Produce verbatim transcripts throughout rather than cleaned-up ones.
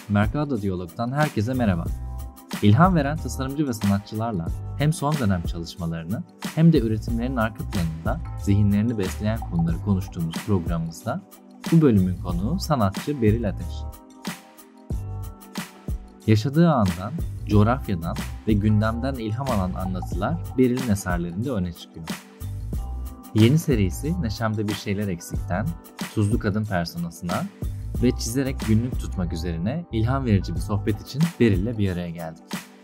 Mercado Diyalog'dan herkese merhaba. İlham veren tasarımcı ve sanatçılarla hem son dönem çalışmalarını hem de üretimlerinin arka planında zihinlerini besleyen konuları konuştuğumuz programımızda bu bölümün konuğu sanatçı Beril Ateş. Yaşadığı andan, coğrafyadan ve gündemden ilham alan anlatılar Beril'in eserlerinde öne çıkıyor. Yeni serisi Neşem'de Bir Şeyler Eksik'ten Tuzlu Kadın personasına ve çizerek günlük tutmak üzerine ilham verici bir sohbet için Beril'le bir araya geldik.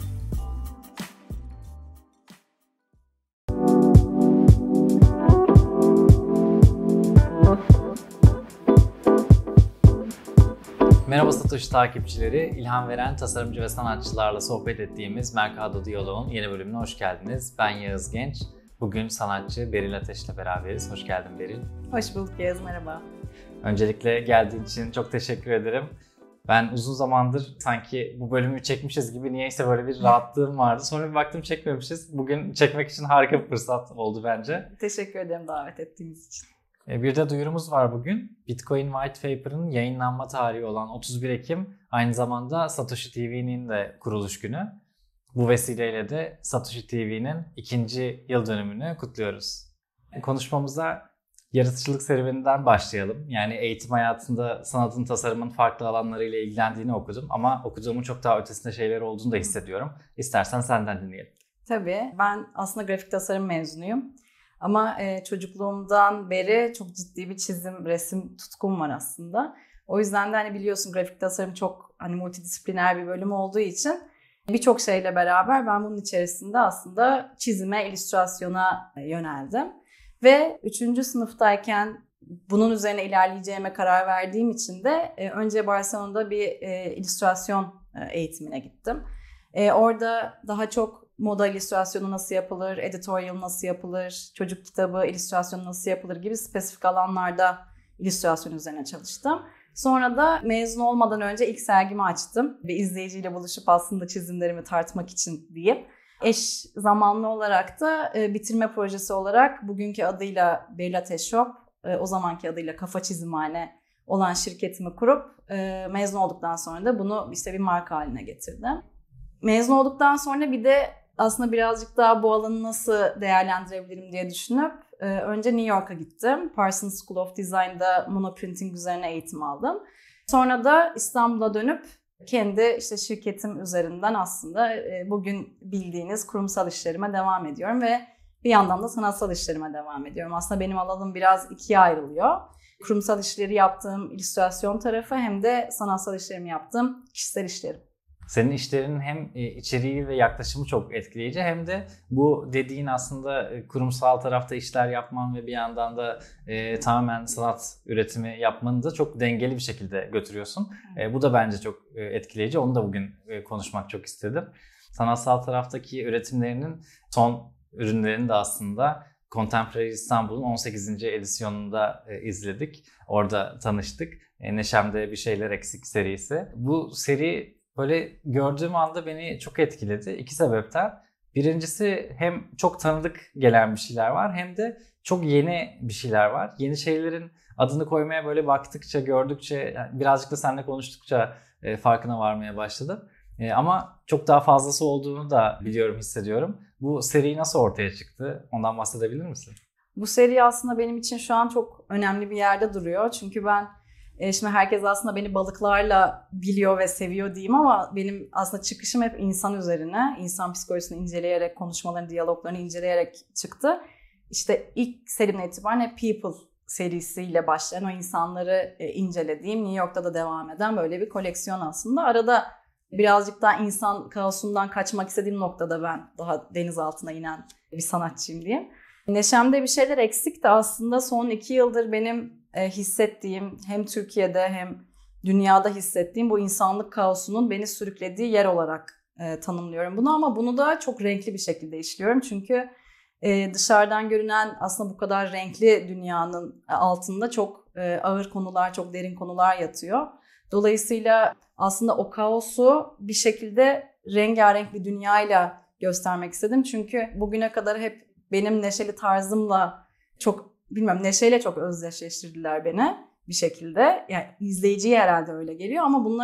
Merhaba Satoshi takipçileri, ilham veren tasarımcı ve sanatçılarla sohbet ettiğimiz Mercado Diyalog'un yeni bölümüne hoş geldiniz. Ben Yağız Genç, bugün sanatçı Beril Ateş'le beraberiz. Hoş geldin Beril. Hoş bulduk Yağız, merhaba. Öncelikle geldiğin için çok teşekkür ederim. Ben uzun zamandır sanki bu bölümü çekmişiz gibi niyeyse böyle bir rahatlığım vardı. Sonra bir baktım çekmemişiz. Bugün çekmek için harika bir fırsat oldu bence. Teşekkür ederim davet ettiğiniz için. Bir de duyurumuz var bugün. Bitcoin White Paper'ın yayınlanma tarihi olan otuz bir Ekim aynı zamanda Satoshi T V'nin de kuruluş günü. Bu vesileyle de Satoshi T V'nin ikinci yıl dönümünü kutluyoruz. Konuşmamıza yaratıcılık serüveninden başlayalım. Yani eğitim hayatında sanatın, tasarımın farklı alanlarıyla ilgilendiğini okudum ama okuduğumun çok daha ötesinde şeyler olduğunu da hissediyorum. İstersen senden dinleyelim. Tabii. Ben aslında grafik tasarım mezunuyum. Ama e, çocukluğumdan beri çok ciddi bir çizim, resim tutkum var aslında. O yüzden de hani biliyorsun grafik tasarım çok hani multidisipliner bir bölüm olduğu için birçok şeyle beraber ben bunun içerisinde aslında çizime, illüstrasyona yöneldim. Ve üçüncü sınıftayken bunun üzerine ilerleyeceğime karar verdiğim için de e, önce Barcelona'da bir e, illüstrasyon e, eğitimine gittim. E, orada daha çok moda illüstrasyonu nasıl yapılır, editorial nasıl yapılır, çocuk kitabı illüstrasyonu nasıl yapılır gibi spesifik alanlarda illüstrasyon üzerine çalıştım. Sonra da mezun olmadan önce ilk sergimi açtım ve izleyiciyle buluşup aslında çizimlerimi tartmak için diyeyim. Eş zamanlı olarak da e, bitirme projesi olarak bugünkü adıyla Beril Ateş Shop, e, o zamanki adıyla Kafa Çizimhane olan şirketimi kurup e, mezun olduktan sonra da bunu işte bir marka haline getirdim. Mezun olduktan sonra bir de aslında birazcık daha bu alanı nasıl değerlendirebilirim diye düşünüp e, önce New York'a gittim. Parsons School of Design'da monoprinting üzerine eğitim aldım. Sonra da İstanbul'a dönüp kendi işte şirketim üzerinden aslında e, bugün bildiğiniz kurumsal işlerime devam ediyorum ve bir yandan da sanatsal işlerime devam ediyorum. Aslında benim alanım biraz ikiye ayrılıyor. Kurumsal işleri yaptığım illüstrasyon tarafı hem de sanatsal işlerimi yaptığım kişisel işlerim. Senin işlerinin hem içeriği ve yaklaşımı çok etkileyici hem de bu dediğin aslında kurumsal tarafta işler yapman ve bir yandan da e, tamamen sanat üretimi yapmanı da çok dengeli bir şekilde götürüyorsun. E, bu da bence çok etkileyici. Onu da bugün e, konuşmak çok istedim. Sanatsal taraftaki üretimlerinin son ürünlerini de aslında Contemporary İstanbul'un on sekizinci edisyonunda e, izledik. Orada tanıştık. E, Neşem'de Bir Şeyler Eksik serisi. Bu seri böyle gördüğüm anda beni çok etkiledi. İki sebepten. Birincisi hem çok tanıdık gelen bir şeyler var hem de çok yeni bir şeyler var. Yeni şeylerin adını koymaya böyle baktıkça, gördükçe, birazcık da seninle konuştukça e, farkına varmaya başladım. E, ama çok daha fazlası olduğunu da biliyorum, hissediyorum. Bu seri nasıl ortaya çıktı? Ondan bahsedebilir misin? Bu seri aslında benim için şu an çok önemli bir yerde duruyor. Çünkü ben E şimdi herkes aslında beni balıklarla biliyor ve seviyor diyeyim ama benim aslında çıkışım hep insan üzerine, insan psikolojisini inceleyerek, konuşmalarını, diyaloglarını inceleyerek çıktı. İşte ilk serimden itibaren hep People serisiyle başlayan o insanları e, incelediğim, New York'ta da devam eden böyle bir koleksiyon aslında. Arada birazcık daha insan kaosundan kaçmak istediğim noktada ben daha deniz altına inen bir sanatçıyım diyeyim. Neşem'de Bir Şeyler Eksik de aslında son iki yıldır benim hissettiğim, hem Türkiye'de hem dünyada hissettiğim bu insanlık kaosunun beni sürüklediği yer olarak e, tanımlıyorum bunu, ama bunu da çok renkli bir şekilde işliyorum. Çünkü e, dışarıdan görünen aslında bu kadar renkli dünyanın altında çok e, ağır konular, çok derin konular yatıyor. Dolayısıyla aslında o kaosu bir şekilde rengarenk bir dünyayla göstermek istedim. Çünkü bugüne kadar hep benim neşeli tarzımla çok bilmem neşeyle çok özdeşleştirdiler beni bir şekilde. Yani izleyiciye herhalde öyle geliyor ama bunların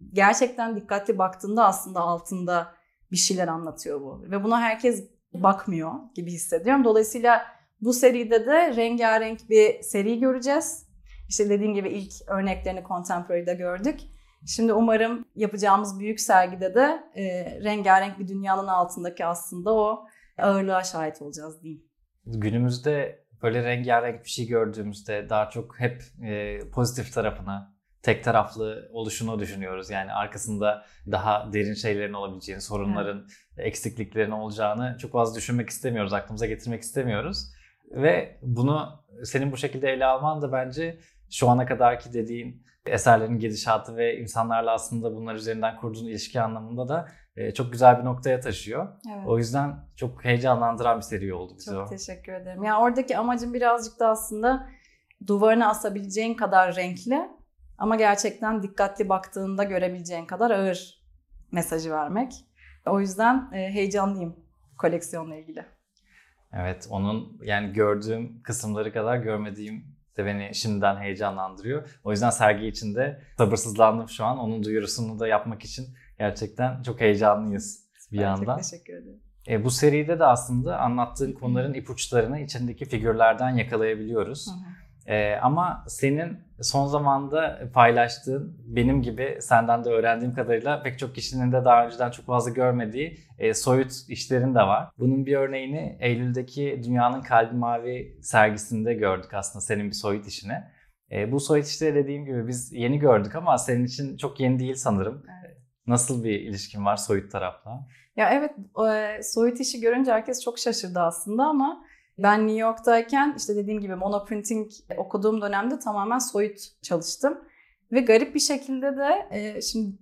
gerçekten dikkatli baktığında aslında altında bir şeyler anlatıyor bu. Ve buna herkes bakmıyor gibi hissediyorum. Dolayısıyla bu seride de rengarenk bir seri göreceğiz. İşte dediğim gibi ilk örneklerini Contemporary'de gördük. Şimdi umarım yapacağımız büyük sergide de e, rengarenk bir dünyanın altındaki aslında o ağırlığa şahit olacağız diyeyim. Günümüzde böyle rengarenk bir şey gördüğümüzde daha çok hep e, pozitif tarafına, tek taraflı oluşunu düşünüyoruz. Yani arkasında daha derin şeylerin olabileceğini, sorunların, evet. eksikliklerin olacağını çok fazla düşünmek istemiyoruz, aklımıza getirmek istemiyoruz. Ve bunu senin bu şekilde ele alman da bence şu ana kadarki dediğin eserlerin gidişatı ve insanlarla aslında bunlar üzerinden kurduğun ilişki anlamında da çok güzel bir noktaya taşıyor. Evet. O yüzden çok heyecanlandıran bir seri oldu bize çok o. Çok teşekkür ederim. Ya oradaki amacım birazcık da aslında duvarına asabileceğin kadar renkli ama gerçekten dikkatli baktığında görebileceğin kadar ağır mesajı vermek. O yüzden heyecanlıyım koleksiyonla ilgili. Evet, onun yani gördüğüm kısımları kadar görmediğim de beni şimdiden heyecanlandırıyor. O yüzden sergi için de sabırsızlandım şu an. Onun duyurusunu da yapmak için gerçekten çok heyecanlıyız bir ben yandan. Çok teşekkür ederim. E, bu seride de aslında anlattığın konuların ipuçlarını içindeki figürlerden yakalayabiliyoruz. Hı hı. E, ama senin son zamanda paylaştığın, benim gibi senden de öğrendiğim kadarıyla pek çok kişinin de daha önceden çok fazla görmediği e, soyut işlerin de var. Bunun bir örneğini Eylül'deki Dünyanın Kalbi Mavi sergisinde gördük aslında senin bir soyut işini. E, bu soyut işleri dediğim gibi biz yeni gördük ama senin için çok yeni değil sanırım. Evet. Nasıl bir ilişkin var soyut tarafla? Ya evet, soyut işi görünce herkes çok şaşırdı aslında ama ben New York'tayken işte dediğim gibi monoprinting okuduğum dönemde tamamen soyut çalıştım. Ve garip bir şekilde de e, şimdi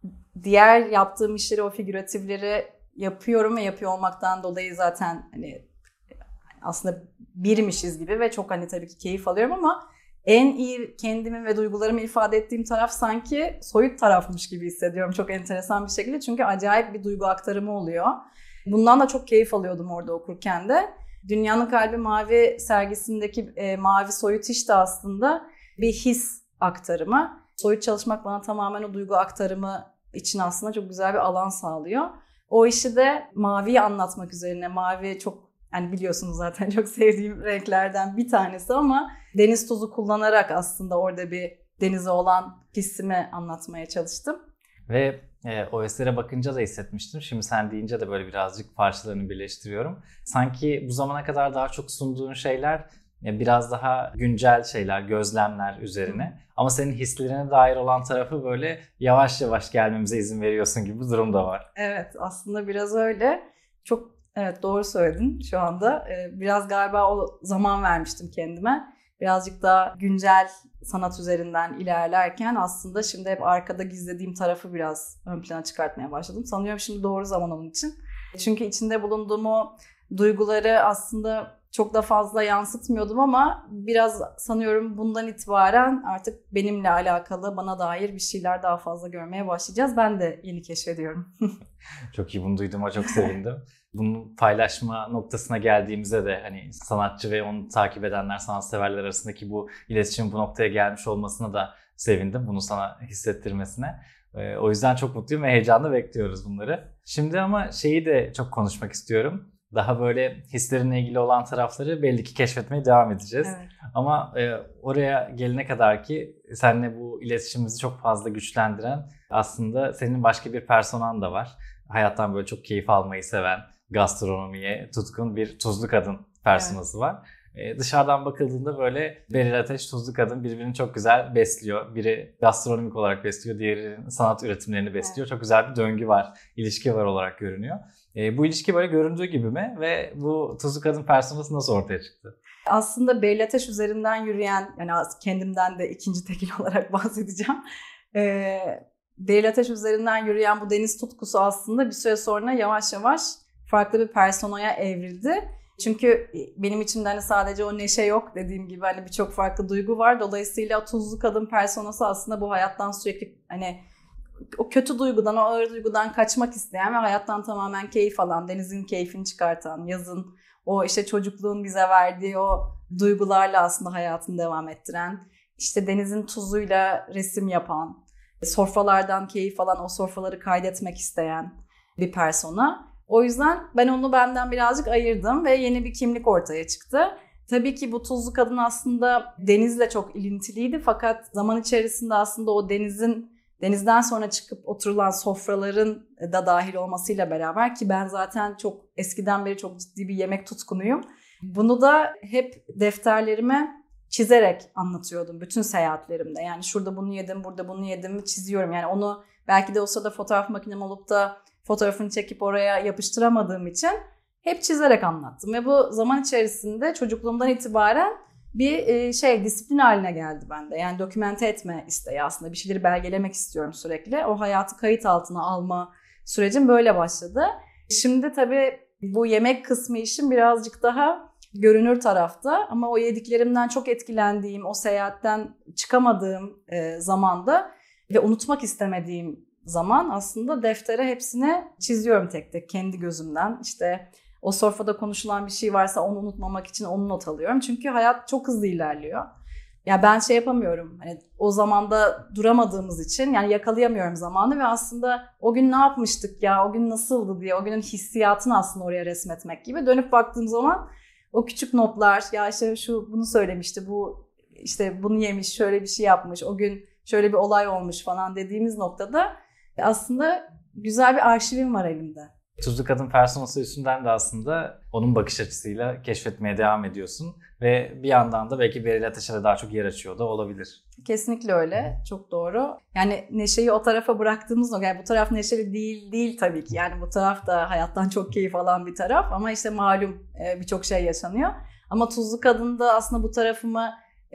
diğer yaptığım işleri, o figüratifleri yapıyorum ve yapıyor olmaktan dolayı zaten hani aslında birmişiz gibi ve çok hani tabii ki keyif alıyorum ama en iyi kendimi ve duygularımı ifade ettiğim taraf sanki soyut tarafmış gibi hissediyorum çok enteresan bir şekilde. Çünkü acayip bir duygu aktarımı oluyor. Bundan da çok keyif alıyordum orada okurken de. Dünyanın Kalbi Mavi sergisindeki e, mavi soyut iş de aslında bir his aktarımı. Soyut çalışmak bana tamamen o duygu aktarımı için aslında çok güzel bir alan sağlıyor. O işi de maviyi anlatmak üzerine. Mavi çok, yani biliyorsunuz zaten çok sevdiğim renklerden bir tanesi ama deniz tuzu kullanarak aslında orada bir denize olan hissimi anlatmaya çalıştım. Ve e, o esere bakınca da hissetmiştim. Şimdi sen deyince de böyle birazcık parçalarını birleştiriyorum. Sanki bu zamana kadar daha çok sunduğun şeyler e, biraz daha güncel şeyler, gözlemler üzerine. Ama senin hislerine dair olan tarafı böyle yavaş yavaş gelmemize izin veriyorsun gibi bir durum da var. Evet, aslında biraz öyle. Çok evet doğru söyledin şu anda. Ee, biraz galiba o zaman vermiştim kendime. Birazcık daha güncel sanat üzerinden ilerlerken aslında şimdi hep arkada gizlediğim tarafı biraz ön plana çıkartmaya başladım. Sanıyorum şimdi doğru zaman onun için. Çünkü içinde bulunduğum o duyguları aslında çok da fazla yansıtmıyordum ama biraz sanıyorum bundan itibaren artık benimle alakalı, bana dair bir şeyler daha fazla görmeye başlayacağız. Ben de yeni keşfediyorum. Çok iyi, bunu duyduğuma çok sevindim. Bunu paylaşma noktasına geldiğimizde de hani sanatçı ve onu takip edenler, sanatseverler arasındaki bu iletişim bu noktaya gelmiş olmasına da sevindim. Bunu sana hissettirmesine. Ee, o yüzden çok mutluyum ve heyecanla bekliyoruz bunları. Şimdi ama şeyi de çok konuşmak istiyorum. Daha böyle hislerinle ilgili olan tarafları belli ki keşfetmeye devam edeceğiz. Evet. Ama e, oraya gelene kadar ki seninle bu iletişimimizi çok fazla güçlendiren aslında senin başka bir personan da var. Hayattan böyle çok keyif almayı seven, gastronomiye tutkun bir tuzlu kadın personası evet. var. Ee, dışarıdan bakıldığında böyle Beril Ateş, Tuzlu Kadın birbirini çok güzel besliyor. Biri gastronomik olarak besliyor, diğeri sanat üretimlerini besliyor. Evet. Çok güzel bir döngü var, ilişki var olarak görünüyor. Ee, bu ilişki böyle göründüğü gibi mi ve bu Tuzlu Kadın personası nasıl ortaya çıktı? Aslında Beril Ateş üzerinden yürüyen, yani kendimden de ikinci tekil olarak bahsedeceğim. Ee, Beril Ateş üzerinden yürüyen bu deniz tutkusu aslında bir süre sonra yavaş yavaş farklı bir personaya evrildi. Çünkü benim içimde hani sadece o neşe yok, dediğim gibi hani birçok farklı duygu var. Dolayısıyla Tuzlu Kadın personası aslında bu hayattan sürekli hani o kötü duygudan, o ağır duygudan kaçmak isteyen ve hayattan tamamen keyif alan, denizin keyfini çıkartan, yazın o işte çocukluğun bize verdiği o duygularla aslında hayatını devam ettiren, işte denizin tuzuyla resim yapan, sofralardan keyif alan, o sofraları kaydetmek isteyen bir persona. O yüzden ben onu benden birazcık ayırdım ve yeni bir kimlik ortaya çıktı. Tabii ki bu Tuzlu Kadın aslında denizle çok ilintiliydi fakat zaman içerisinde aslında o denizin denizden sonra çıkıp oturulan sofraların da dahil olmasıyla beraber, ki ben zaten çok eskiden beri çok ciddi bir yemek tutkunuyum. Bunu da hep defterlerime çizerek anlatıyordum bütün seyahatlerimde. Yani şurada bunu yedim, burada bunu yedim çiziyorum. Yani onu belki de o sırada fotoğraf makinem olup da fotoğrafını çekip oraya yapıştıramadığım için hep çizerek anlattım. Ve bu zaman içerisinde çocukluğumdan itibaren bir şey disiplin haline geldi bende. Yani dokümente etme isteği aslında. Bir şeyleri belgelemek istiyorum sürekli. O hayatı kayıt altına alma sürecim böyle başladı. Şimdi tabii bu yemek kısmı işim birazcık daha görünür tarafta. Ama o yediklerimden çok etkilendiğim, o seyahatten çıkamadığım zamanda ve unutmak istemediğim zaman aslında deftere hepsini çiziyorum tek tek kendi gözümden. İşte o sofrada konuşulan bir şey varsa onu unutmamak için onu not alıyorum. Çünkü hayat çok hızlı ilerliyor. Ya ben şey yapamıyorum. Hani o zamanda duramadığımız için yani yakalayamıyorum zamanı ve aslında o gün ne yapmıştık ya, o gün nasıldı diye o günün hissiyatını aslında oraya resmetmek gibi. Dönüp baktığım zaman o küçük notlar, ya işte şu bunu söylemişti, bu işte bunu yemiş, şöyle bir şey yapmış, o gün şöyle bir olay olmuş falan dediğimiz noktada aslında güzel bir arşivim var elimde. Tuzlu Kadın personası üstünden de aslında onun bakış açısıyla keşfetmeye devam ediyorsun. Ve bir yandan da belki Beril Ateş'e de daha çok yer açıyor da olabilir. Kesinlikle öyle. Çok doğru. Yani Neşe'yi o tarafa bıraktığımız nokta, yani bu taraf neşeli değil değil tabii ki. Yani bu taraf da hayattan çok keyif alan bir taraf. Ama işte malum birçok şey yaşanıyor. Ama Tuzlu Kadın'da aslında bu tarafımı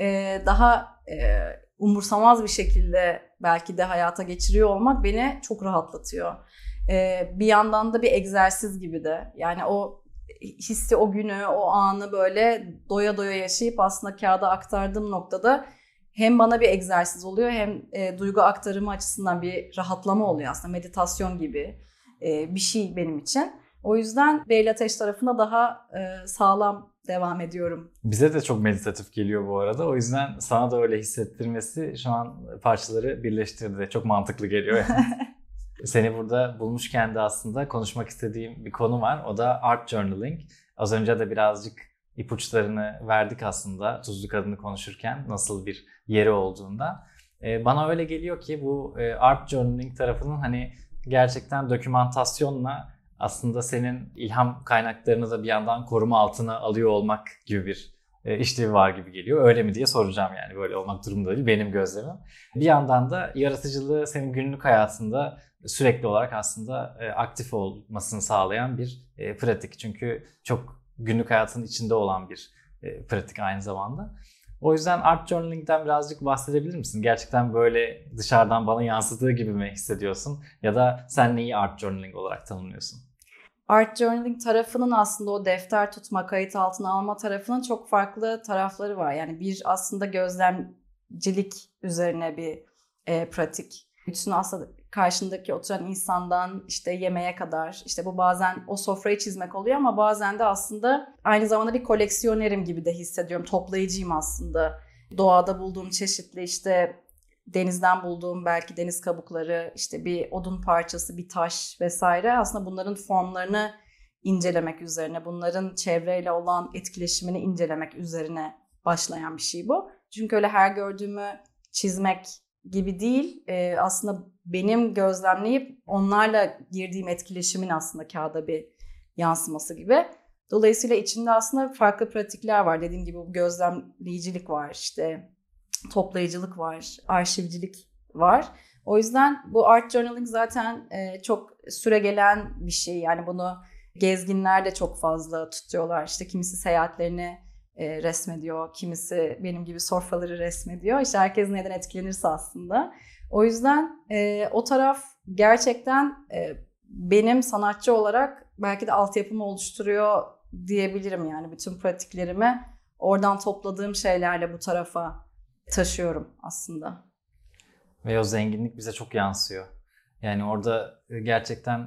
daha umursamaz bir şekilde belki de hayata geçiriyor olmak beni çok rahatlatıyor. Ee, bir yandan da bir egzersiz gibi de. Yani o hissi, o günü, o anı böyle doya doya yaşayıp aslında kağıda aktardığım noktada hem bana bir egzersiz oluyor hem e, duygu aktarımı açısından bir rahatlama oluyor aslında. Meditasyon gibi e, bir şey benim için. O yüzden Beril Ateş tarafına daha e, sağlam devam ediyorum. Bize de çok meditatif geliyor bu arada. O yüzden sana da öyle hissettirmesi şu an parçaları birleştirdi. Çok mantıklı geliyor yani. Seni burada bulmuşken de aslında konuşmak istediğim bir konu var. O da art journaling. Az önce de birazcık ipuçlarını verdik aslında Tuzlu Kadın'ı konuşurken nasıl bir yeri olduğunda. Bana öyle geliyor ki bu art journaling tarafının hani gerçekten dokümantasyonla aslında senin ilham kaynaklarını da bir yandan koruma altına alıyor olmak gibi bir işlevi var gibi geliyor. Öyle mi diye soracağım yani, böyle olmak durumunda değil benim gözlemim. Bir yandan da yaratıcılığı senin günlük hayatında sürekli olarak aslında aktif olmasını sağlayan bir pratik. Çünkü çok günlük hayatın içinde olan bir pratik aynı zamanda. O yüzden art journaling'den birazcık bahsedebilir misin? Gerçekten böyle dışarıdan bana yansıdığı gibi mi hissediyorsun? Ya da sen neyi art journaling olarak tanımlıyorsun? Art journaling tarafının aslında o defter tutma, kayıt altına alma tarafının çok farklı tarafları var. Yani bir aslında gözlemcilik üzerine bir e, pratik. Bütün aslında karşındaki oturan insandan işte yemeğe kadar, işte bu bazen o sofrayı çizmek oluyor ama bazen de aslında aynı zamanda bir koleksiyonerim gibi de hissediyorum. Toplayıcıyım aslında. Doğada bulduğum çeşitli işte denizden bulduğum belki deniz kabukları, işte bir odun parçası, bir taş vesaire, aslında bunların formlarını incelemek üzerine, bunların çevreyle olan etkileşimini incelemek üzerine başlayan bir şey bu. Çünkü öyle her gördüğümü çizmek gibi değil, ee, aslında benim gözlemleyip onlarla girdiğim etkileşimin aslında kağıda bir yansıması gibi. Dolayısıyla içinde aslında farklı pratikler var. Dediğim gibi bu gözlemleyicilik var, işte toplayıcılık var, arşivcilik var. O yüzden bu art journaling zaten e, çok süregelen bir şey. Yani bunu gezginler de çok fazla tutuyorlar. İşte kimisi seyahatlerini e, resmediyor, kimisi benim gibi sofraları resmediyor. İşte herkes neden etkilenirse aslında. O yüzden e, o taraf gerçekten e, benim sanatçı olarak belki de altyapımı oluşturuyor diyebilirim. Yani bütün pratiklerimi oradan topladığım şeylerle bu tarafa taşıyorum aslında. Ve o zenginlik bize çok yansıyor. Yani orada gerçekten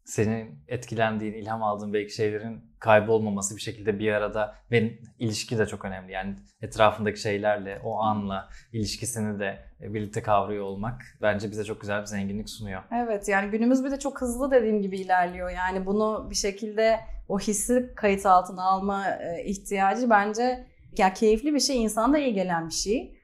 senin etkilendiğin, ilham aldığın belki şeylerin kaybolmaması bir şekilde bir arada ve ilişki de çok önemli. Yani etrafındaki şeylerle, o anla ilişkisini de birlikte kavruyor olmak bence bize çok güzel bir zenginlik sunuyor. Evet, yani günümüz bir de çok hızlı dediğim gibi ilerliyor. Yani bunu bir şekilde o hissi kayıt altına alma ihtiyacı bence ya keyifli bir şey, insana da iyi gelen bir şey.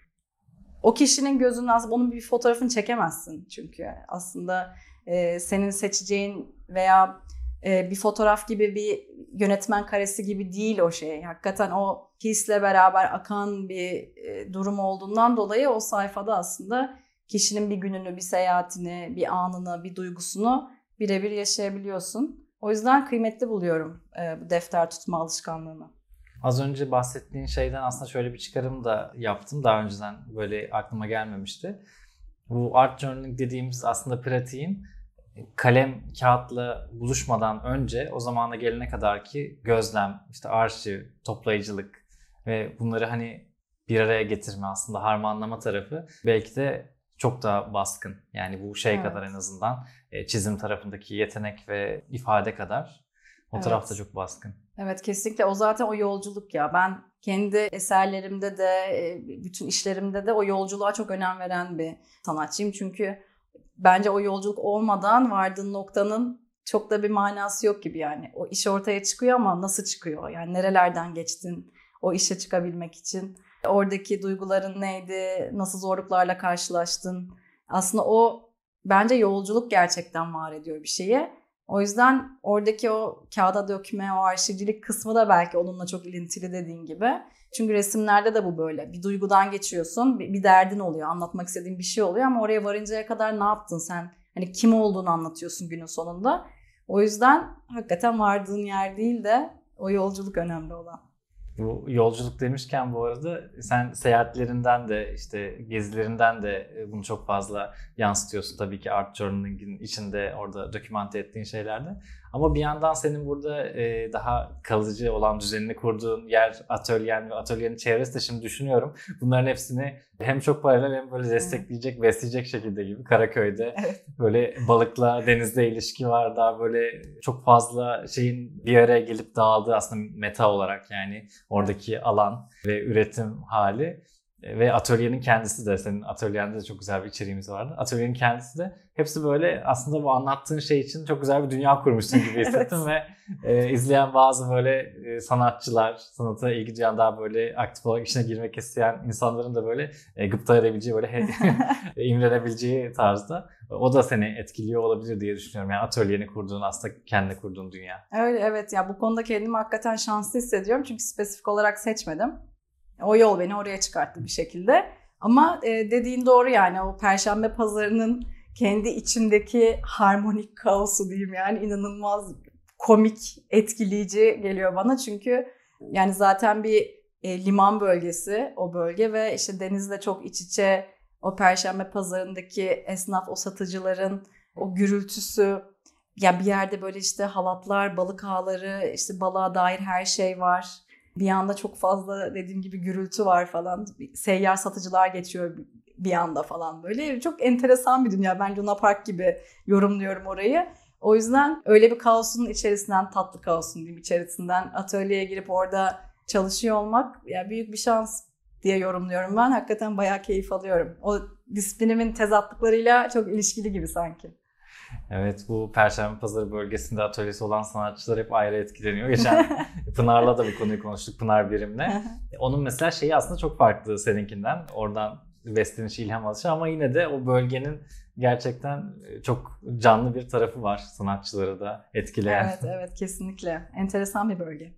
O kişinin gözünün aslında onun bir fotoğrafını çekemezsin çünkü aslında e, senin seçeceğin veya e, bir fotoğraf gibi bir yönetmen karesi gibi değil o şey. Hakikaten o hisle beraber akan bir e, durum olduğundan dolayı o sayfada aslında kişinin bir gününü, bir seyahatini, bir anını, bir duygusunu birebir yaşayabiliyorsun. O yüzden kıymetli buluyorum e, bu defter tutma alışkanlığını. Az önce bahsettiğin şeyden aslında şöyle bir çıkarım da yaptım. Daha önceden böyle aklıma gelmemişti. Bu art journaling dediğimiz aslında pratiğin kalem kağıtla buluşmadan önce o zamana gelene kadar ki gözlem, işte arşiv, toplayıcılık ve bunları hani bir araya getirme aslında harmanlama tarafı belki de çok daha baskın. Yani bu şey evet. kadar en azından çizim tarafındaki yetenek ve ifade kadar o evet. tarafta çok baskın. Evet, kesinlikle o zaten o yolculuk ya. Ben kendi eserlerimde de bütün işlerimde de o yolculuğa çok önem veren bir sanatçıyım. Çünkü bence o yolculuk olmadan vardığın noktanın çok da bir manası yok gibi yani. O iş ortaya çıkıyor ama nasıl çıkıyor? Yani nerelerden geçtin o işe çıkabilmek için? Oradaki duyguların neydi? Nasıl zorluklarla karşılaştın? Aslında o bence yolculuk gerçekten var ediyor bir şeye. O yüzden oradaki o kağıda dökme, o arşivcilik kısmı da belki onunla çok ilintili dediğin gibi. Çünkü resimlerde de bu böyle. Bir duygudan geçiyorsun, bir, bir derdin oluyor, anlatmak istediğin bir şey oluyor ama oraya varıncaya kadar ne yaptın sen? Hani kim olduğunu anlatıyorsun günün sonunda. O yüzden hakikaten vardığın yer değil de o yolculuk önemli olan. Bu yolculuk demişken bu arada sen seyahatlerinden de işte gezilerinden de bunu çok fazla yansıtıyorsun tabii ki art journaling'in içinde orada dokümante ettiğin şeylerde. Ama bir yandan senin burada daha kalıcı olan düzenini kurduğun yer atölyen ve atölyenin çevresi de şimdi düşünüyorum. Bunların hepsini hem çok paralel hem böyle destekleyecek, evet. besleyecek şekilde gibi Karaköy'de evet. böyle balıkla denizle ilişki var. Daha böyle çok fazla şeyin bir araya gelip dağıldığı aslında meta olarak yani oradaki evet. alan ve üretim hali. Ve atölyenin kendisi de, senin atölyende de çok güzel bir içeriğimiz vardı. Atölyenin kendisi de hepsi böyle aslında bu anlattığın şey için çok güzel bir dünya kurmuşsun gibi hissettim evet. ve e, izleyen bazı böyle e, sanatçılar, sanata ilgi duyan daha böyle aktif olarak işine girmek isteyen insanların da böyle e, gıpta edebileceği, böyle imrenebileceği tarzda. O da seni etkiliyor olabilir diye düşünüyorum. Yani atölyeni kurduğun, aslında kendi kurduğun dünya. Öyle evet ya, bu konuda kendimi hakikaten şanslı hissediyorum çünkü spesifik olarak seçmedim. O yol beni oraya çıkarttı bir şekilde. Ama e, dediğin doğru yani o Perşembe Pazarı'nın kendi içindeki harmonik kaosu diyeyim yani inanılmaz komik, etkileyici geliyor bana. Çünkü yani zaten bir e, liman bölgesi o bölge ve işte denizle çok iç içe o Perşembe Pazarı'ndaki esnaf, o satıcıların o gürültüsü. Ya bir yerde böyle işte halatlar, balık ağları, işte balığa dair her şey var. Bir yanda çok fazla dediğim gibi gürültü var falan. Seyyar satıcılar geçiyor bir anda falan böyle. Çok enteresan bir dünya. Ben Luna Park gibi yorumluyorum orayı. O yüzden öyle bir kaosun içerisinden, tatlı kaosun diyeyim içerisinden atölyeye girip orada çalışıyor olmak ya büyük bir şans diye yorumluyorum ben. Hakikaten bayağı keyif alıyorum. O disiplinimin tezatlıklarıyla çok ilişkili gibi sanki. Evet, bu Perşembe Pazarı bölgesinde atölyesi olan sanatçılar hep ayrı etkileniyor. Geçen Pınar'la da bu konuyu konuştuk, Pınar Birim'le. Onun mesela şeyi aslında çok farklı seninkinden. Oradan besleniş, ilham alışı ama yine de o bölgenin gerçekten çok canlı bir tarafı var sanatçıları da etkileyen. Evet, evet kesinlikle. Enteresan bir bölge.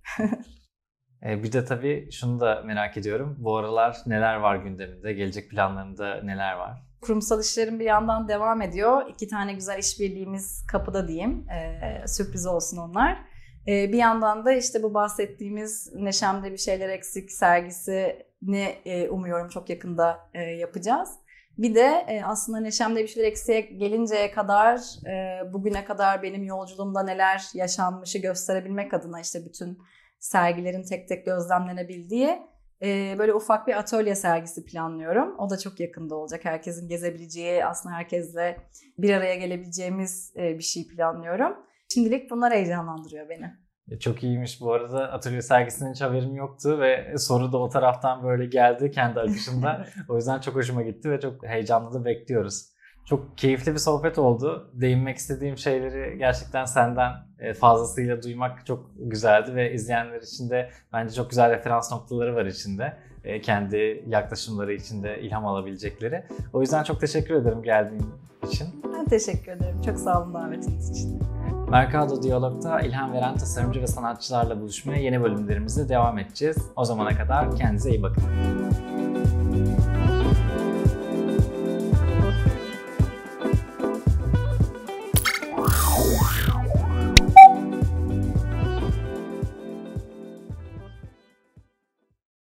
Bir de tabii şunu da merak ediyorum. Bu aralar neler var gündeminde? Gelecek planlarında neler var? Kurumsal işlerim bir yandan devam ediyor. İki tane güzel işbirliğimiz kapıda diyeyim. Ee, sürpriz olsun onlar. Ee, bir yandan da işte bu bahsettiğimiz Neşem'de Bir Şeyler Eksik sergisini e, umuyorum çok yakında e, yapacağız. Bir de e, aslında Neşem'de Bir Şeyler Eksik'e gelinceye kadar, e, bugüne kadar benim yolculuğumda neler yaşanmışı gösterebilmek adına işte bütün sergilerin tek tek gözlemlenebildiği böyle ufak bir atölye sergisi planlıyorum. O da çok yakında olacak. Herkesin gezebileceği, aslında herkesle bir araya gelebileceğimiz bir şey planlıyorum. Şimdilik bunlar heyecanlandırıyor beni. Çok iyiymiş bu arada. Atölye sergisinin hiç haberim yoktu ve soru da o taraftan böyle geldi kendi akışında. O yüzden çok hoşuma gitti ve çok heyecanlı da bekliyoruz. Çok keyifli bir sohbet oldu. Değinmek istediğim şeyleri gerçekten senden fazlasıyla duymak çok güzeldi ve izleyenler için de bence çok güzel referans noktaları var içinde. Kendi yaklaşımları içinde ilham alabilecekleri. O yüzden çok teşekkür ederim geldiğin için. Ben teşekkür ederim. Çok sağ olun davetiniz için. Mercado Diyalog'da ilham veren tasarımcı ve sanatçılarla buluşmaya yeni bölümlerimizde devam edeceğiz. O zamana kadar kendinize iyi bakın.